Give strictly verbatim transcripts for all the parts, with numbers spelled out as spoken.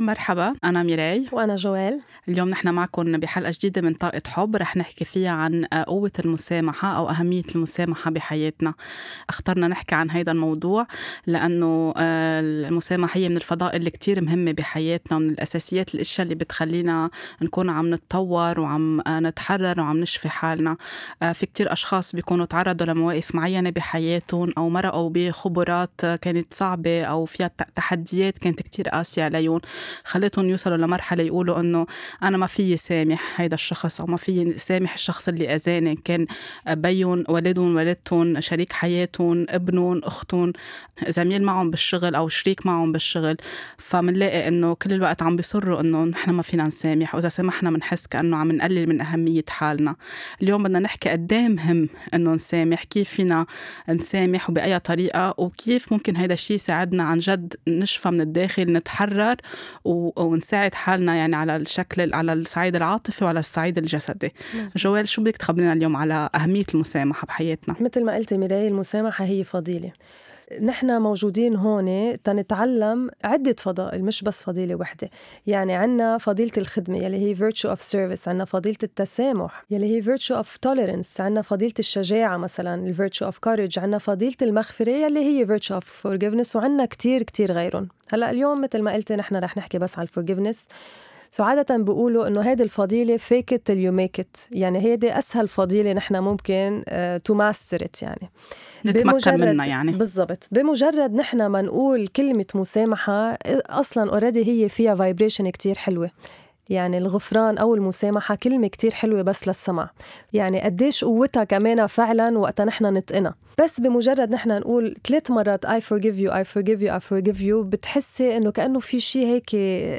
مرحبا، أنا ميراي وأنا جوال. اليوم نحن معكم بحلقة جديدة من طاقة حب. رح نحكي فيها عن قوة المسامحة أو أهمية المسامحة بحياتنا. اخترنا نحكي عن هذا الموضوع لأنه المسامحة هي من الفضائل اللي كتير مهمة بحياتنا، ومن الأساسيات الأشياء اللي بتخلينا نكون عم نتطور وعم نتحرر وعم نشفي حالنا. في كتير أشخاص بيكونوا تعرضوا لمواقف معينة بحياتهم أو مرقوا بخبرات كانت صعبة أو فيها تحديات كانت كتير قاسية عليهم، خلتهم يوصلوا لمرحلة يقولوا أنه أنا ما فيي سامح هيدا الشخص أو ما فيي سامح الشخص اللي أذاني، كان بيون، والدهم، والدتهم، شريك حياتهم، ابنهم، أختهم، زميل معهم بالشغل أو شريك معهم بالشغل. فمنلاقي أنه كل الوقت عم بيصروا أنه نحن ما فينا نسامح، وإذا سامحنا منحس كأنه عم نقلل من أهمية حالنا. اليوم بدنا نحكي قديه مهم أنه نسامح، كيف فينا نسامح وبأي طريقة، وكيف ممكن هيدا الشيء يساعدنا عن جد نشفى من الداخل، نتحرر ونساعد حالنا يعني على الشكل، على الصعيد العاطفي وعلى الصعيد الجسدي. مزبوط. جوال، شو بدك تخبرينا اليوم على أهمية المسامحة بحياتنا؟ مثل ما قلت ميراي، المسامحة هي فضيلة. نحن موجودين هون تنتعلم عدة فضائل، مش بس فضيلة واحدة. يعني عنا فضيلة الخدمة يلي هي virtue of service، عنا فضيلة التسامح يلي هي virtue of tolerance، عنا فضيلة الشجاعة مثلا virtue of courage، عنا فضيلة المغفرة يلي هي virtue of forgiveness، وعنا كتير كتير غيرهم. هلأ اليوم مثل ما قلت نحن رح نحكي بس على forgiveness. سعادة بيقولوا إنه هذه الفضيلة fake it till you make it، يعني هي دي أسهل فضيلة نحن ممكن uh, to master it، يعني نتمكن منها. يعني بالضبط، بمجرد نحن ما نقول كلمة مسامحة أصلاً already هي فيها vibration كتير حلوة. يعني الغفران أو المسامحة كلمة كتير حلوة بس للسمع، يعني قديش قوتها كمان فعلاً وقتا نحن نتقنها. بس بمجرد نحن نقول ثلاث مرات I forgive you I forgive you I forgive you، بتحسي إنه كأنه في شيء هيك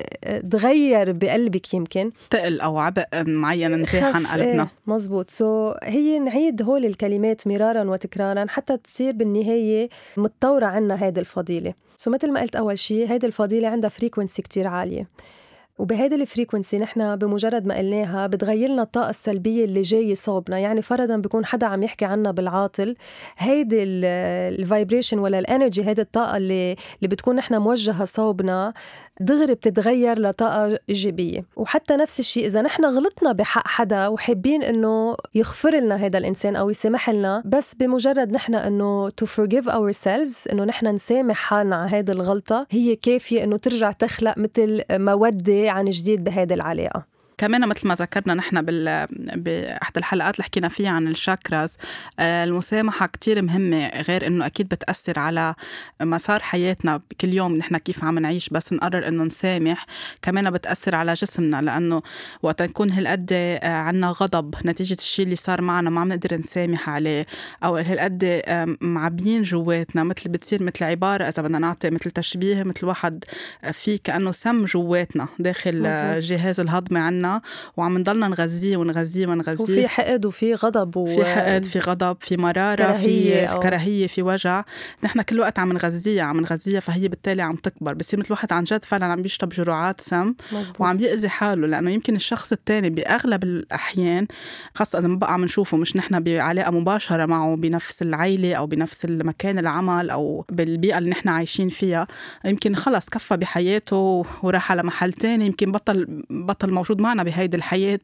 تغير بقلبك، يمكن تقل أو عبء معين نزاح عن قلبنا. ايه مزبوط. سو so, هي نعيد هول الكلمات مرارا وتكرارا حتى تصير بالنهاية متطورة عنا هيدا الفضيلة. سو so, مثل ما قلت أول شيء، هيدا الفضيلة عندها فريكونسي كتير عالية، وبهذه الفريكونسي نحن بمجرد ما قلناها بتغير لنا الطاقة السلبية اللي جاي صوبنا. يعني فرضا بيكون حدا عم يحكي عنا بالعاطل، هيدي الفايبريشن ولا الانرجي، هيدي الطاقة اللي اللي بتكون نحن موجهة صوبنا دغري بتتغير لطاقة إيجابية. وحتى نفس الشيء إذا نحن غلطنا بحق حدا وحابين إنه يغفر لنا هذا الإنسان أو يسامح لنا، بس بمجرد نحن إنه to forgive ourselves، إنه نحن نسامح حالنا على هذه الغلطة، هي كافية إنه ترجع تخلق مثل مودة عن جديد بهذه العلاقة. كمان مثل ما ذكرنا نحن بال... بأحد الحلقات اللي حكينا فيها عن الشاكراز، المسامحة كتير مهمة، غير إنه أكيد بتأثر على مسار حياتنا كل يوم نحن كيف عم نعيش. بس نقرر إنه نسامح، كمان بتأثر على جسمنا، لأنه وقت نكون هالقد عنا غضب نتيجة الشيء اللي صار معنا ما عم نقدر نسامح عليه، أو هالقد معبيين جواتنا، مثل بتصير مثل عبارة إذا بدنا نعطي مثل تشبيه، مثل واحد في كأنه سم جواتنا داخل مزبوط. جهاز الهضمي عنا، وعم نضلنا نغذيه ونغذيه ونغذيه، وفي حقد وفي غضب و... في حقد، في غضب، في مرارة، كراهية في, أو... في كراهية، في وجع. نحن كل وقت عم نغذيها عم نغذيها فهي بالتالي عم تكبر، بصير مثل واحد عن جد فعلا عم بيشرب جرعات سم مزبوط. وعم يأذي حاله، لأنه يمكن الشخص التاني بأغلب الأحيان، خاصة إذا ما بقى عم نشوفه مش نحن بعلاقة مباشرة معه بنفس العيلة أو بنفس المكان العمل أو بالبيئة اللي نحن عايشين فيها، يمكن خلص كفى بحياته وراح على محل تاني، يمكن بطل بطل موجود معنا بهيدي الحياة،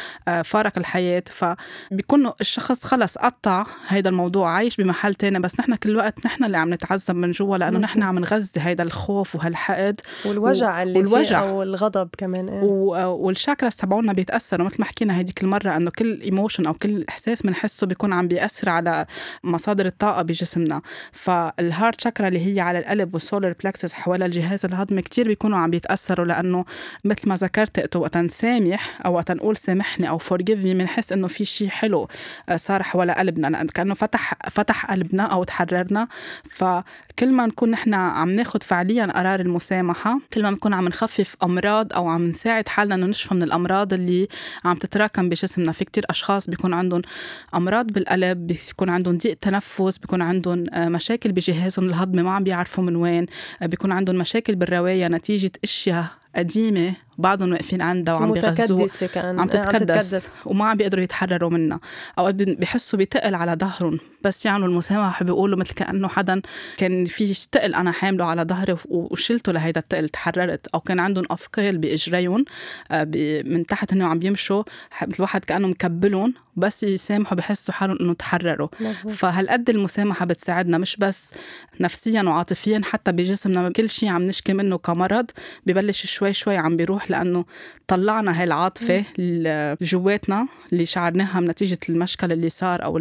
فارق الحياة. فبيكون الشخص خلص قطع هيدا الموضوع، عايش بمحل تاني، بس نحن كل وقت نحن اللي عم نتعذب من جوا، لأنه نحن عم نغذي هيدا الخوف وهالحقد والوجع و... اللي والوجع فيه أو الغضب كمان. إيه؟ و... والشاكراس تبعونا بيتأثروا، مثل ما حكينا هيديك المرة أنه كل إيموشن أو كل إحساس منحسه بيكون عم بيأثر على مصادر الطاقة بجسمنا. فالهارت شاكرا اللي هي على القلب والسولار بلاكسس حوالي الجهاز الهضمي كتير بيكونوا عم بيتأثروا، لأنه مثل ما ذكرت وقت نسامح أو وقت نقول سامحني أو forgive me منحس إنه في شيء حلو صار حوالي قلبنا، كأنه فتح فتح قلبنا أو تحررنا. فكل ما نكون نحن عم ناخد فعليا قرار المسامحة، كل ما نكون عم نخفف أمراض أو عم نساعد حالنا إنه نشفى من الأمراض اللي عم تتراكم بجسمنا. في كتير أشخاص بيكون عندهم أمراض بالقلب، بيكون عندهم ضيق تنفس، بيكون عندهم مشاكل بجهازهم الهضمي ما عم بيعرفوا من وين، بيكون عندهم مشاكل بالرواية نتيجة أشياء قديمة بعضهم واقفين عندها وعم بيغزوه، عم تتكدس وما عم بيقدروا يتحرروا منها. أوقات بيحسوا بيتقل على ظهرهم بس يعملوا المسامحة، بيقولوا مثل كأنه حدا كان في تقل أنا حامله على ظهري وشلته لهيدا التقل تحررت، أو كان عندهم أثقال بإجريهم من تحت إنه عم بيمشوا الواحد كأنه مكبلون، بس يسامحوا بحسوا حالهم إنه تحرروا. مزبوط. فهالقد المسامحة بتساعدنا مش بس نفسيا وعاطفيا، حتى بجسمنا كل شيء عم نشكي منه كمرض ببلش شوي شوي عم بيروح، لأنه طلعنا هاي العاطفة اللي جواتنا اللي شعرناها من نتيجة المشكلة اللي صار أو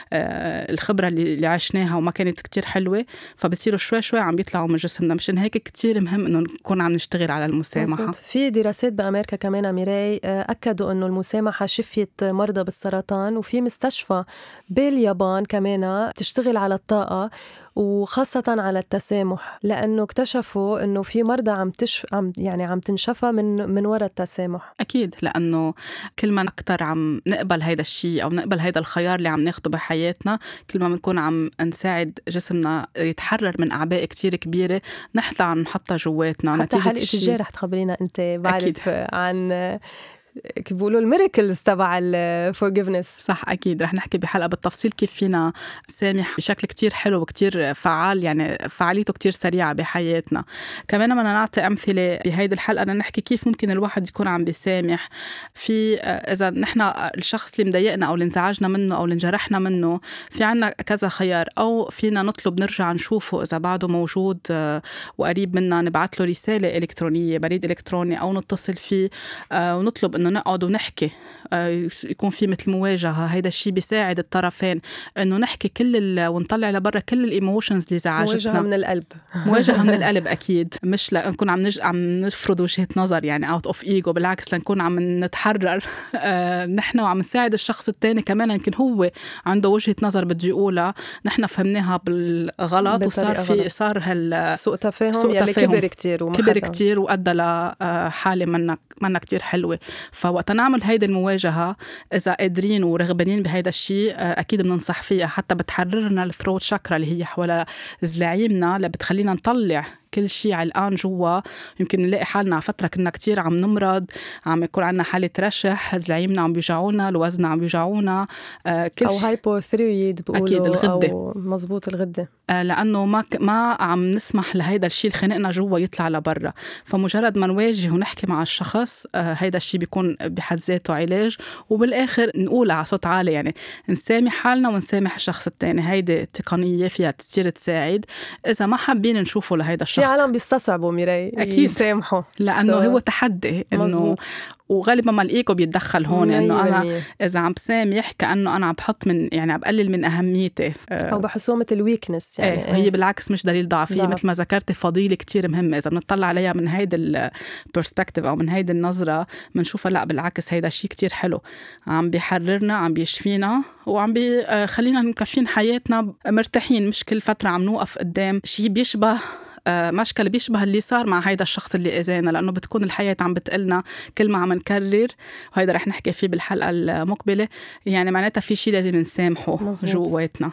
الخبرة اللي عشناها وما كانت كتير حلوة، فبصيروا شوي شوي عم بيطلعوا من جسمنا. مشان هيك كتير مهم إنه نكون عم نشتغل على المسامحة. مزبوط. في دراسات بأمريكا كمان ميراي أكدوا إنه المسامحة شفيت مرضى بالسرطان، وفي مستشفى باليابان كمان تشتغل على الطاقة وخاصة على التسامح، لأنه اكتشفوا إنه في مرضى عم تش عم يعني عم تنشفى من من وراء التسامح. أكيد، لأنه كل ما أكتر عم نقبل هيدا الشيء أو نقبل هيدا الخيار اللي عم ناخده بحياتنا، كل ما بنكون عم نساعد جسمنا يتحرر من أعباء كتير كبيرة نحن عم نحطها جواتنا. حتى حلقة الجاي رح تخبرينا أنت بعرف عن كيف بيقولوا الميراكلز تبع الفورجيفنس. صح، أكيد رح نحكي بحلقة بالتفصيل كيف فينا سامح بشكل كتير حلو وكتير فعال، يعني فعاليته كتير سريعة بحياتنا. كمان بدنا نعطي أمثلة بهيدي الحلقة، أنا نحكي كيف ممكن الواحد يكون عم بيسامح في إذا نحن الشخص اللي مضايقنا أو اللي انزعجنا منه أو اللي انجرحنا منه، في عنا كذا خيار. أو فينا نطلب نرجع نشوفه إذا بعده موجود وقريب منا، نبعث له رسالة إلكترونية بريد إلكتروني أو نتصل فيه ونطلب إنه نقعد ونحكي، يكون في مثل مواجهة. هيدا الشيء بيساعد الطرفين إنه نحكي كل ال... ونطلع لبرا كل الإيموشنز اللي زعجتنا. مواجهة من القلب. مواجهة من القلب أكيد، مش لنكون عم نج... عم نفرض وجهة نظر يعني out of ego، بالعكس لنكون عم نتحرر آه، نحن وعم نساعد الشخص التاني كمان. يمكن هو عنده وجهة نظر بده يقولها، نحن فهمناها بالغلط وصار في غلط. صار هال سوء تفاهم يلي كبر كتير كبر كتير وأدى لحالة منا منا كتير حلوة. فوقت نعمل هيدا المواجهة إذا قادرين ورغبانين بهيدا الشيء أكيد بننصح فيها، حتى بتحررنا الثروت شاكرا اللي هي حول زلاعيمنا، اللي بتخلينا نطلع كل شيء علقان جوا. يمكن نلاقي حالنا على فترة كنا كتير عم نمرض، عم يكون عنا حالة رشح، زلاعيمنا عم بيوجعونا، الوزن عم بيوجعونا، آه كل أو هايبوثيرويد بقولوا، أكيد الغدة، أو مزبوط الغدة، آه لأنه ما ك... ما عم نسمح لهيدا الشيء اللي خانقنا جوا يطلع لبرا. فمجرد ما نواجه ونحكي مع الشخص، آه هيدا الشيء بيكون بحد ذاته علاج. وبالآخر نقول على صوت عالي يعني نسامح حالنا ونسامح الشخص التاني. هيدا تقنية فيها كتير تساعد إذا ما حابين نشوفه لهيدا الشخص. في عالم بيستصعبوا ميراي أكيد يسامحوا لأنه so. هو تحدي إنه، وغالبا ما الإيكو بيتدخل هون، إنه أنا إذا عم بسامح كأنه أنا عم بحط من يعني عم بقلل من أهميتي أو بحسوه مثل ويكنس يعني. إيه هي بالعكس مش دليل ضعف، هي مثل ما ذكرت فضيلة كتير مهمة. إذا بنطلع عليها من هيدا البرسبكتيف أو من هيدا النظرة بنشوفها لا بالعكس هيدا شيء كتير حلو، عم بيحررنا، عم بيشفينا، وعم بيخلينا مكفين حياتنا مرتاحين، مش كل فترة عم نوقف قدام شيء بيشبه مشكلة بيشبه اللي صار مع هيدا الشخص اللي إذانا. لأنه بتكون الحياة عم بتقلنا كل ما عم نكرر، وهيدا رح نحكي فيه بالحلقة المقبلة، يعني معناتها في شيء لازم نسامحه جواتنا.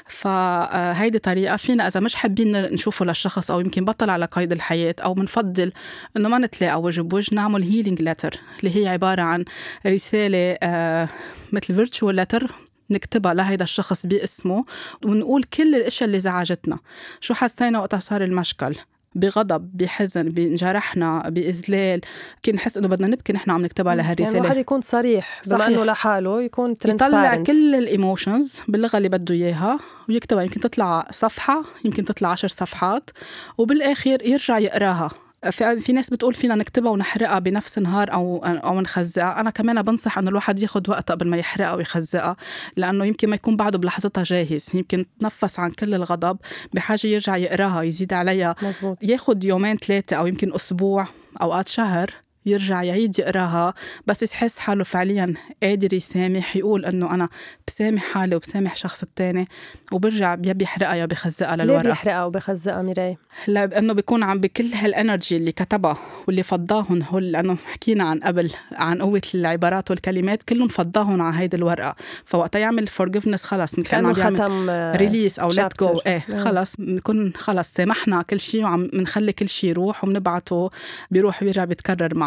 فهيدي طريقة فينا إذا مش حابين نشوفه للشخص أو يمكن بطل على قيد الحياة، أو منفضل إنه ما نتلاقى وجه بوجه، نعمل هيلينج لتر اللي هي عبارة عن رسالة مثل فيرتشوال لتر نكتبها لهيدا الشخص باسمه، ونقول كل الاشياء اللي زعجتنا، شو حسينا وقتها صار المشكل، بغضب، بحزن، بنجرحنا، بإذلال، كي نحس إنه بدنا نبكي نحن عم نكتبها لهالرسالة. يعني واحد يكون صريح بما إنه لحاله، يكون يطلع كل الإيموشنز باللغة اللي بده إياها ويكتبها. يمكن تطلع صفحة، يمكن تطلع عشر صفحات، وبالآخر يرجع يقراها. في, في ناس بتقول فينا نكتبها ونحرقها بنفس النهار أو, أو نخزقها. أنا كمان بنصح أنه الواحد ياخد وقت قبل ما يحرقها ويخزقها، لأنه يمكن ما يكون بعده بلحظتها جاهز، يمكن تنفس عن كل الغضب، بحاجة يرجع يقراها، يزيد عليها. مزبوط. ياخد يومين ثلاثة أو يمكن أسبوع أوقات شهر، يرجع يعيد يقراها، بس يحس حاله فعليا قادر يسامح، يقول انه انا بسامح حالي وبسامح شخص التاني، وبرجع يا بيحرقها يا بيخزقها للورقه. ليه بيحرقها وبيخزقها ميراي؟ لانه بيكون عم بكل هالانرجي اللي كتبها واللي فضاهن هول، لانه حكينا عن قبل عن قوه العبارات والكلمات، كلهم فضاهن على هيدي الورقه. فوقتها يعمل forgiveness خلص، مثل كانه ختم ريليس او let go. ايه خلص بنكون خلص سامحنا كل شيء، وعم بنخلي كل شيء يروح وبنبعته، بيروح بيرجع بيتكرر مع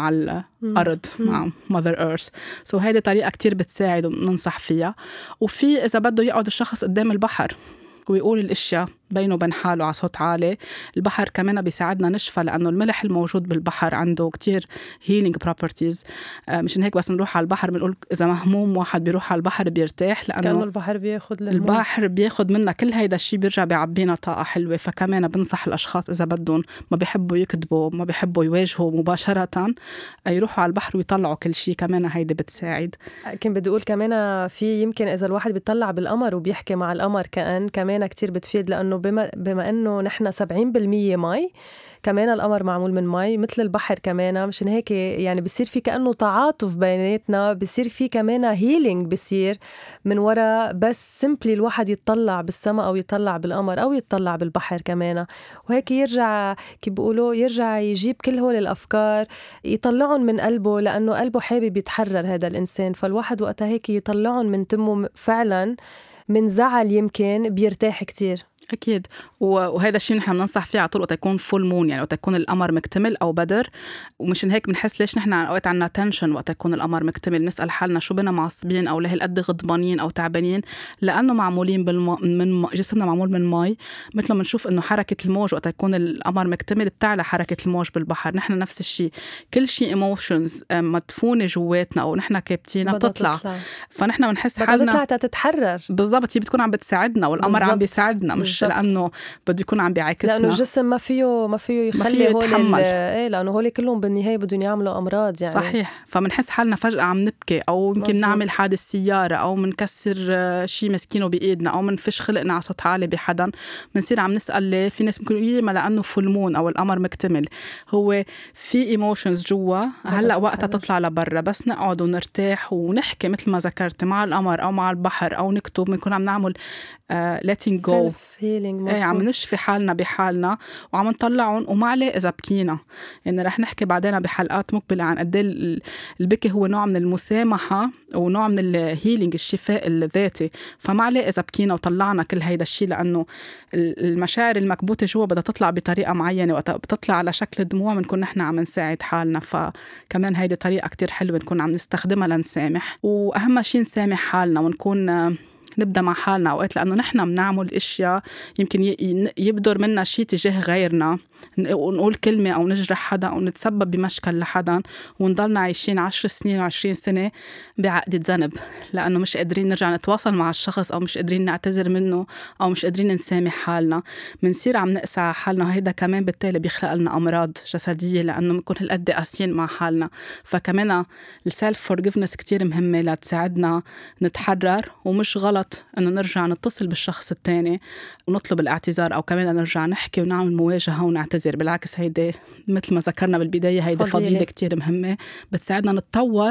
مع الأرض مع Mother Earth. سو so هيدي طريقة كتير بتساعد وننصح فيها. وفي إذا بده يقعد الشخص قدام البحر ويقول الاشياء بينه وبين حاله على صوت عالي، البحر كمان بيساعدنا نشفى، لانه الملح الموجود بالبحر عنده كتير healing properties. مشان هيك بس نروح على البحر بنقول اذا مهموم واحد بيروح على البحر بيرتاح، لانه كأنه البحر بياخد الهموم. البحر بياخد منا كل هيدا الشيء، بيرجع بيعبينا طاقه حلوه. فكمان بنصح الاشخاص اذا بدهم ما بيحبوا يكتبوا ما بيحبوا يواجهوا مباشره، يروحوا على البحر ويطلعوا كل شيء. كمان هيدي بتساعد. كان بدي اقول كمان في يمكن اذا الواحد بيطلع بالقمر وبيحكي مع القمر كأن كمان كتير بتفيد، لانه بما بما انه نحن سبعين بالمية مي، كمان القمر معمول من مي مثل البحر كمان. مشان هيك يعني بصير في كأنه تعاطف بيناتنا، بصير في كمان هيلينج بصير من وراء بس سيمبلي الواحد يتطلع بالسماء أو يتطلع بالقمر أو يتطلع بالبحر كمان. وهيك يرجع كي بيقولوا يرجع يجيب كل هول الأفكار يطلعون من قلبه، لأنه قلبه حابب يتحرر هذا الإنسان. فالواحد وقتها هيك يطلعون من تمه فعلا من زعل يمكن بيرتاح كتير. أكيد. وهذا الشيء نحن بننصح فيه على طول وقت يكون فول مون، يعني وقت يكون القمر مكتمل أو بدر. ومشان هيك بنحس ليش نحن وقت عنا تنشن وقت يكون القمر مكتمل، نسأل حالنا شو بنا معصبين أو ليه هالقد غضبانين أو تعبانين، لأنه معمولين بالم... من جسمنا معمول من مي. مثل ما نشوف إنه حركة الموج وقت يكون القمر مكتمل بتعلى حركة الموج بالبحر، نحن نفس الشيء. كل شيء ايموشنز مدفونة جواتنا أو نحن كابتينها بتطلع. تطلع. فنحن بنحس حالنا بتطلع تتحرر. بالضبط، هي بتكون عم بتساعدنا والقمر عم بيساعدنا، مش بالزبط. لأنه بده يكون عم بيعاكسنا، لأنه الجسم ما فيه ما فيه يخلي هول ايه، لأنه هول كلهم بالنهاية بدهم يعملوا أمراض يعني. صحيح. فمنحس حالنا فجأة عم نبكي، أو يمكن مزبوط. نعمل حادث سيارة، أو منكسر شيء مسكينه بإيدنا، أو منفش خلقنا على صوت عالي بحدا، منصير عم نسأل ليه. في ناس ممكن يقول ما لأنه فلمون أو القمر مكتمل، هو في ايموشنز جوا هلأ وقتها تطلع لبرا. بس نقعد ونرتاح ونحكي مثل ما ذكرت مع القمر أو مع البحر أو نكتب، بنكون عم نعمل uh, letting go، ايه عم نشفي حالنا بحالنا وعم نطلعهم. وما عليه إذا بكينا، يعني رح نحكي بعدين بحلقات مقبلة عن قد ايه البكي هو نوع من المسامحة ونوع من الهيلينج، الشفاء الذاتي. فما عليه إذا بكينا وطلعنا كل هيدا الشيء، لأنه المشاعر المكبوتة جوا بدها تطلع بطريقة معينة، وقت بتطلع على شكل دموع بنكون نحن عم نساعد حالنا. فكمان هيدي طريقة كتير حلوة نكون عم نستخدمها لنسامح. وأهم شيء نسامح حالنا ونكون نبدأ مع حالنا أوقات، لأنه نحن بنعمل إشياء يمكن يبدر منا شيء تجاه غيرنا، ونقول كلمة أو نجرح حدا أو نتسبب بمشكل لحدا، ونضلنا عايشين عشر سنين وعشرين سنة بعقدة ذنب، لأنه مش قادرين نرجع نتواصل مع الشخص، أو مش قادرين نعتذر منه، أو مش قادرين نسامح حالنا. منصير عم نقسى على حالنا، هيدا كمان بالتالي بيخلق لنا أمراض جسدية، لأنه بنكون هالقد قاسيين مع حالنا. فكمان السيلف فورجيفنس كتير مهمة لتساعدنا نتحرر. ومش غلط إنه نرجع نتصل بالشخص التاني ونطلب الاعتذار، أو كمان نرجع نحكي ونعمل مواجهة ونعتذر. بالعكس هيدا مثل ما ذكرنا بالبداية هيدا فضيلة, فضيلة كتير مهمة، بتساعدنا نتطور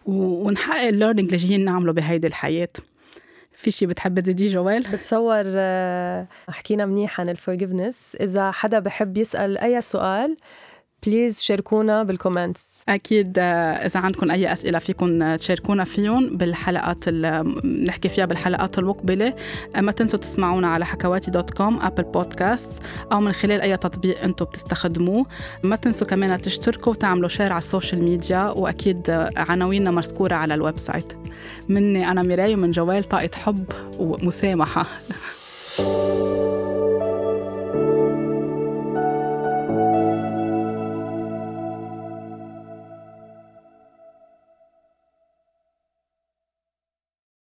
ونحقق الليرنينج اللي جايين نعمله بهيدي الحياة. في شيء بتحب تزيديه جوال؟ بتصور حكينا منيح عن الفورجيفنس. إذا حدا بحب يسأل أي سؤال بليز شاركونا بالكومنتس. أكيد إذا عندكم أي أسئلة فيكم تشاركونا فيهم بالحلقات اللي نحكي فيها بالحلقات المقبلة. ما تنسوا تسمعونا على حكواتي دوت كوم، أبل بودكاست، أو من خلال أي تطبيق أنتم بتستخدموه. ما تنسوا كمان تشتركوا وتعملوا شير على السوشيال ميديا، وأكيد عناويننا مذكورة على الويب سايت. مني أنا ميراي، ومن جوال طاقة حب ومسامحة.